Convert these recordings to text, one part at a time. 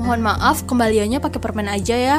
Mohon maaf, kembaliannya pakai permen aja ya.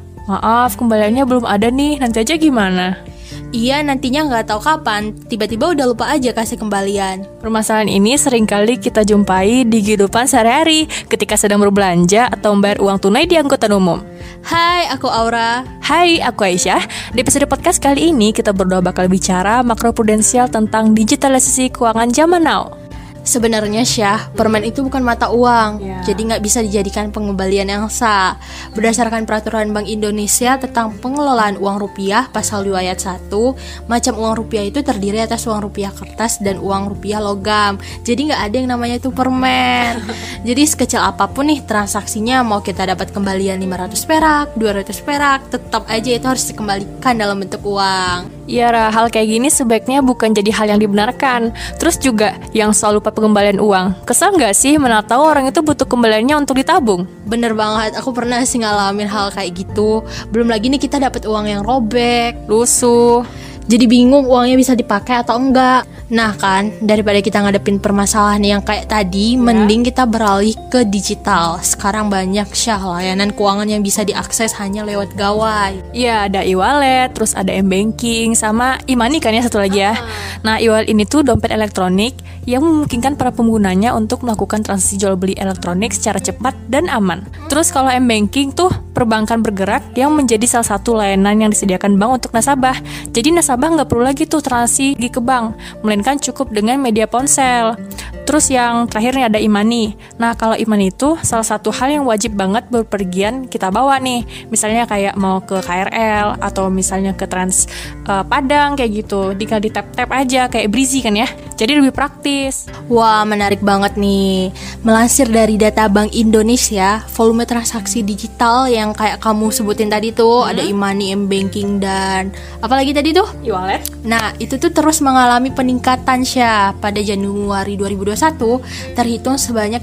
Maaf, kembaliannya belum ada nih, nanti aja gimana? Iya, nantinya nggak tahu kapan, tiba-tiba udah lupa aja kasih kembalian. Permasalahan ini seringkali kita jumpai di kehidupan sehari-hari ketika sedang berbelanja atau membayar uang tunai di angkutan umum. Hai, aku Aura. Hai, aku Aisyah. Di episode podcast kali ini kita berdua bakal bicara makroprudensial tentang digitalisasi keuangan zaman now. Sebenarnya Syah, permen itu bukan mata uang, jadi nggak bisa dijadikan pengembalian yang sah. Berdasarkan peraturan Bank Indonesia tentang pengelolaan uang rupiah pasal 2 ayat 1, macam uang rupiah itu terdiri atas uang rupiah kertas dan uang rupiah logam. Jadi nggak ada yang namanya itu permen. Jadi sekecil apapun nih transaksinya, mau kita dapat kembalian 500 perak, 200 perak, tetap aja itu harus dikembalikan dalam bentuk uang. Ya, hal kayak gini sebaiknya bukan jadi hal yang dibenarkan. Terus juga yang soal lupa pengembalian uang, kesal nggak sih mana tahu orang itu butuh kembaliannya untuk ditabung? Bener banget, aku pernah sih ngalamin hal kayak gitu. Belum lagi nih kita dapat uang yang robek, lusuh, jadi bingung uangnya bisa dipakai atau enggak. Nah kan, daripada kita ngadepin permasalahan yang kayak tadi, mending kita beralih ke digital. Sekarang banyak layanan keuangan yang bisa diakses hanya lewat gawai. Ya, ada e-wallet, terus ada m-banking, sama e-money kan ya satu lagi ya. Nah, e-wallet ini tuh dompet elektronik yang memungkinkan para penggunanya untuk melakukan transaksi jual beli elektronik secara cepat dan aman. Terus kalau m-banking tuh perbankan bergerak yang menjadi salah satu layanan yang disediakan bank untuk nasabah. Jadi nasabah nggak perlu lagi tuh transaksi ke bank, melainkan cukup dengan media ponsel. Terus yang terakhir nih ada e-money. Nah, kalau e-money itu salah satu hal yang wajib banget berpergian kita bawa nih. Misalnya kayak mau ke KRL atau misalnya ke Trans Padang kayak gitu. Tinggal di tap-tap aja kayak Breezy kan ya. Jadi lebih praktis. Wah, menarik banget nih. Melansir dari data Bank Indonesia, volume transaksi digital yang kayak kamu sebutin tadi tuh, ada e-money, m-banking, dan apalagi tadi tuh? E-wallet. Nah, itu tuh terus mengalami peningkatan Syah. Pada Januari 2021 terhitung sebanyak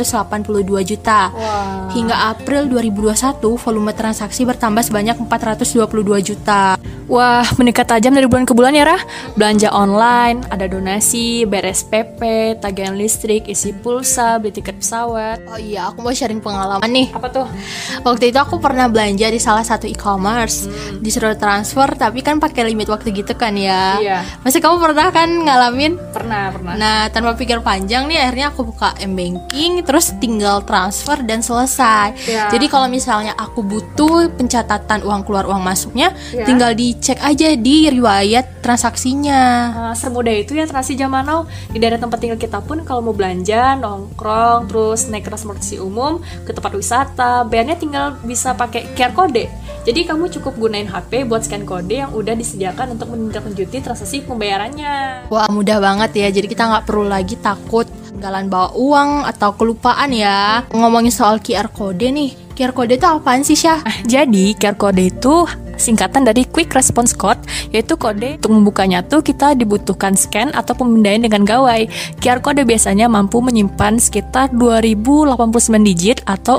382 juta. Wow. Hingga April 2021 volume transaksi bertambah sebanyak 422 juta. Wah, meningkat tajam dari bulan ke bulan ya, Rah. Belanja online, ada donasi, bayar SPP, tagihan listrik, isi pulsa, beli tiket pesawat. Oh iya, aku mau sharing pengalaman nih. Apa tuh? Waktu itu aku pernah belanja di salah satu e-commerce. Disuruh transfer, tapi kan pakai limit waktu gitu kan ya. Iya. Masih kamu pernah kan ngalamin? Pernah. Nah, tanpa pikir panjang nih, akhirnya aku buka m-banking, terus tinggal transfer dan selesai. Ya. Jadi kalau misalnya aku butuh pencatatan uang keluar uang masuknya, tinggal dicek aja di riwayat transaksinya. Semudah itu ya transaksi zaman now. Di daerah tempat tinggal kita pun kalau mau belanja, nongkrong, terus naik transportasi umum ke tempat wisata, bayarnya tinggal bisa pakai QR kode. Jadi kamu cukup gunain HP buat scan kode yang udah disediakan untuk menindaklanjuti transaksi pembayarannya. Wah, mudah banget ya. Jadi kita nggak perlu lagi takut ketinggalan bawa uang atau kelupaan ya. Ngomongin soal QR kode nih, QR kode itu apaan sih, Syah? Jadi QR kode itu singkatan dari Quick Response Code, yaitu kode untuk membukanya tuh kita dibutuhkan scan atau pemindaian dengan gawai. QR kode biasanya mampu menyimpan sekitar 2089 digit atau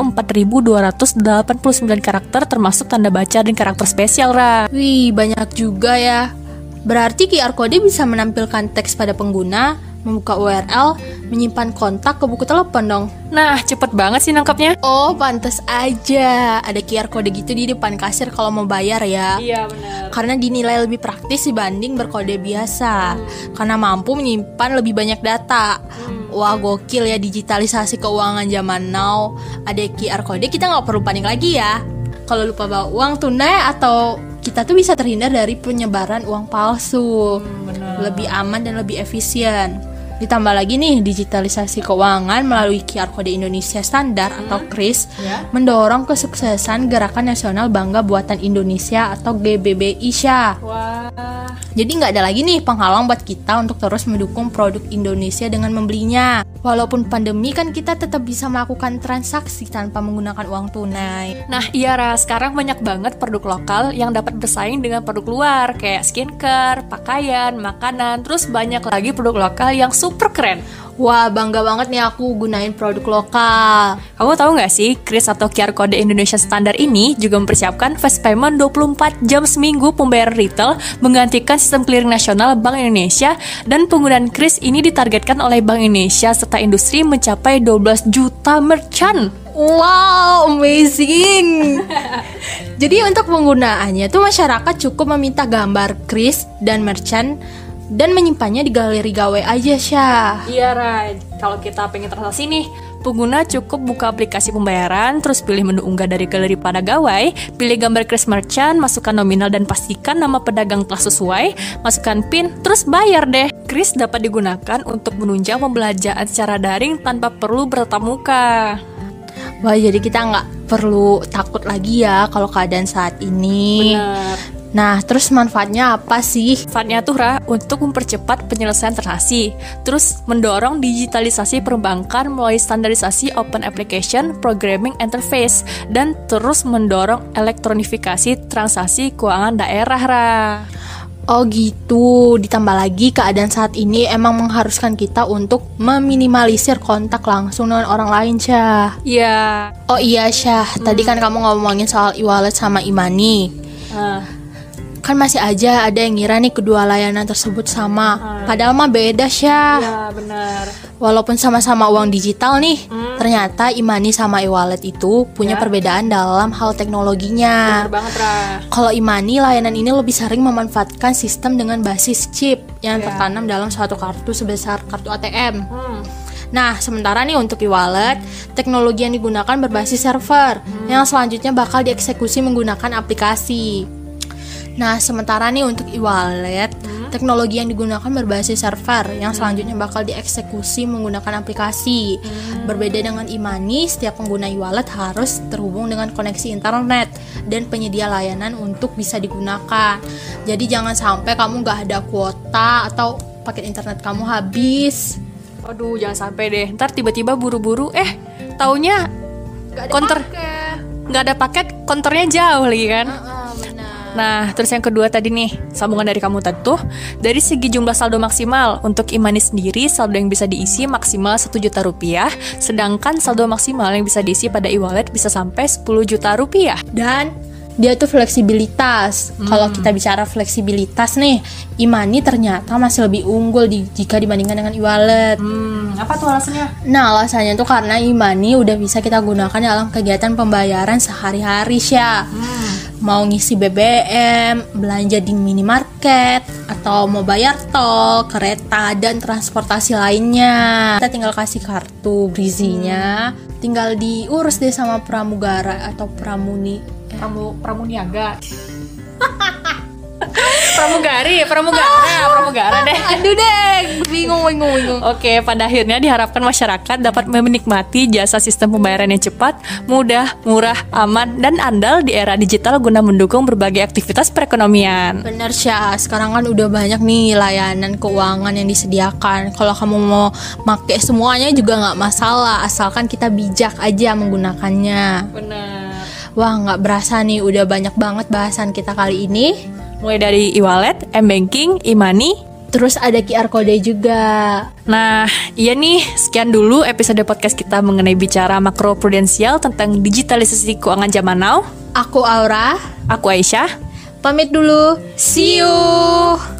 4289 karakter termasuk tanda baca dan karakter spesial, Ra. Wih, banyak juga ya. Berarti QR kode bisa menampilkan teks pada pengguna, membuka URL, menyimpan kontak ke buku telepon dong. Nah, cepet banget sih nangkapnya. Oh, pantes aja ada QR kode gitu di depan kasir kalau mau bayar ya. Iya, benar. Karena dinilai lebih praktis dibanding berkode biasa. Karena mampu menyimpan lebih banyak data. Wah, gokil ya digitalisasi keuangan zaman now. Ada QR kode, kita nggak perlu panik lagi ya. Kalau lupa bawa uang tunai atau kita tuh bisa terhindar dari penyebaran uang palsu. Lebih aman dan lebih efisien. Ditambah lagi nih, digitalisasi keuangan melalui QR Kode Indonesia Standar atau KRIS mendorong kesuksesan Gerakan Nasional Bangga Buatan Indonesia atau GBBI, Syah. Wah. Jadi nggak ada lagi nih penghalang buat kita untuk terus mendukung produk Indonesia dengan membelinya. Walaupun pandemi kan kita tetap bisa melakukan transaksi tanpa menggunakan uang tunai. Nah, iya, Ra, sekarang banyak banget produk lokal yang dapat bersaing dengan produk luar kayak skincare, pakaian, makanan, terus banyak lagi produk lokal yang super keren. Wah, bangga banget nih aku gunain produk lokal. Kamu tahu nggak sih, kris atau QR Code Indonesia Standar ini juga mempersiapkan fast payment 24 jam seminggu pembayaran retail menggantikan sistem clearing nasional Bank Indonesia, dan penggunaan kris ini ditargetkan oleh Bank Indonesia serta industri mencapai 12 juta merchant. Wow, amazing. Jadi untuk penggunaannya tuh masyarakat cukup meminta gambar kris dan merchant dan menyimpannya di galeri gawe aja, Syah. Iya, Rai. Kalau kita pengen transaksi nih, pengguna cukup buka aplikasi pembayaran, terus pilih menu unggah dari galeri pada gawai, pilih gambar kris merchant, masukkan nominal dan pastikan nama pedagang telah sesuai, masukkan PIN, terus bayar deh. Kris dapat digunakan untuk menunjang pembelajaran secara daring tanpa perlu bertatap muka. Wah, jadi kita nggak perlu takut lagi ya kalau keadaan saat ini. Benar. Nah, terus manfaatnya apa sih? Manfaatnya tuh, Ra, untuk mempercepat penyelesaian transaksi, terus mendorong digitalisasi perbankan melalui standarisasi open application programming interface, dan terus mendorong elektronifikasi transaksi keuangan daerah, Ra. Oh gitu, ditambah lagi keadaan saat ini emang mengharuskan kita untuk meminimalisir kontak langsung dengan orang lain, Syah. Iya. Oh iya, Syah, tadi kan kamu ngomongin soal e-wallet sama e-money. Kan masih aja ada yang ngira nih kedua layanan tersebut sama. Padahal mah beda, Syah. Iya, benar. Walaupun sama-sama uang digital nih, ternyata e-money sama e-wallet itu punya perbedaan dalam hal teknologinya. Benar banget, Ra. Kalau e-money, layanan ini lebih sering memanfaatkan sistem dengan basis chip yang tertanam dalam suatu kartu sebesar kartu ATM. Nah, sementara nih untuk e-wallet, teknologi yang digunakan berbasis server yang selanjutnya bakal dieksekusi menggunakan aplikasi. Nah, sementara nih untuk e-wallet, teknologi yang digunakan berbasis server yang selanjutnya bakal dieksekusi menggunakan aplikasi. Berbeda dengan e-money, setiap pengguna e-wallet harus terhubung dengan koneksi internet dan penyedia layanan untuk bisa digunakan. Jadi jangan sampai kamu nggak ada kuota atau paket internet kamu habis. Aduh, jangan sampai deh. Ntar tiba-tiba buru-buru, taunya konter nggak ada paket, konternya jauh lagi kan. Nah, terus yang kedua tadi nih, sambungan dari kamu tadi tuh, dari segi jumlah saldo maksimal, untuk e-money sendiri saldo yang bisa diisi maksimal 1 juta rupiah, sedangkan saldo maksimal yang bisa diisi pada e-wallet bisa sampai 10 juta rupiah. Dan dia tuh fleksibilitas. Kalau kita bicara fleksibilitas nih, e-money ternyata masih lebih unggul jika dibandingkan dengan e-wallet. Apa tuh alasannya? Nah, alasannya tuh karena e-money udah bisa kita gunakan dalam kegiatan pembayaran sehari-hari, Syah. Mau ngisi BBM, belanja di minimarket, atau mau bayar tol, kereta, dan transportasi lainnya. Kita tinggal kasih kartu Brizinya, tinggal diurus deh sama pramugara atau pramuniaga. Pramugara deh. Aduh deh, bingung. Oke, pada akhirnya diharapkan masyarakat dapat menikmati jasa sistem pembayaran yang cepat, mudah, murah, aman, dan andal di era digital guna mendukung berbagai aktivitas perekonomian. Bener, Syah, sekarang kan udah banyak nih layanan keuangan yang disediakan. Kalau kamu mau pakai semuanya juga nggak masalah, asalkan kita bijak aja menggunakannya. Bener. Wah, nggak berasa nih udah banyak banget bahasan kita kali ini. Mulai dari e-wallet, m-banking, e-money, terus ada QR Code juga. Nah, iya nih, sekian dulu episode podcast kita mengenai bicara makro prudensial tentang digitalisasi keuangan zaman now. Aku Aura. Aku Aisyah. Pamit dulu. See you.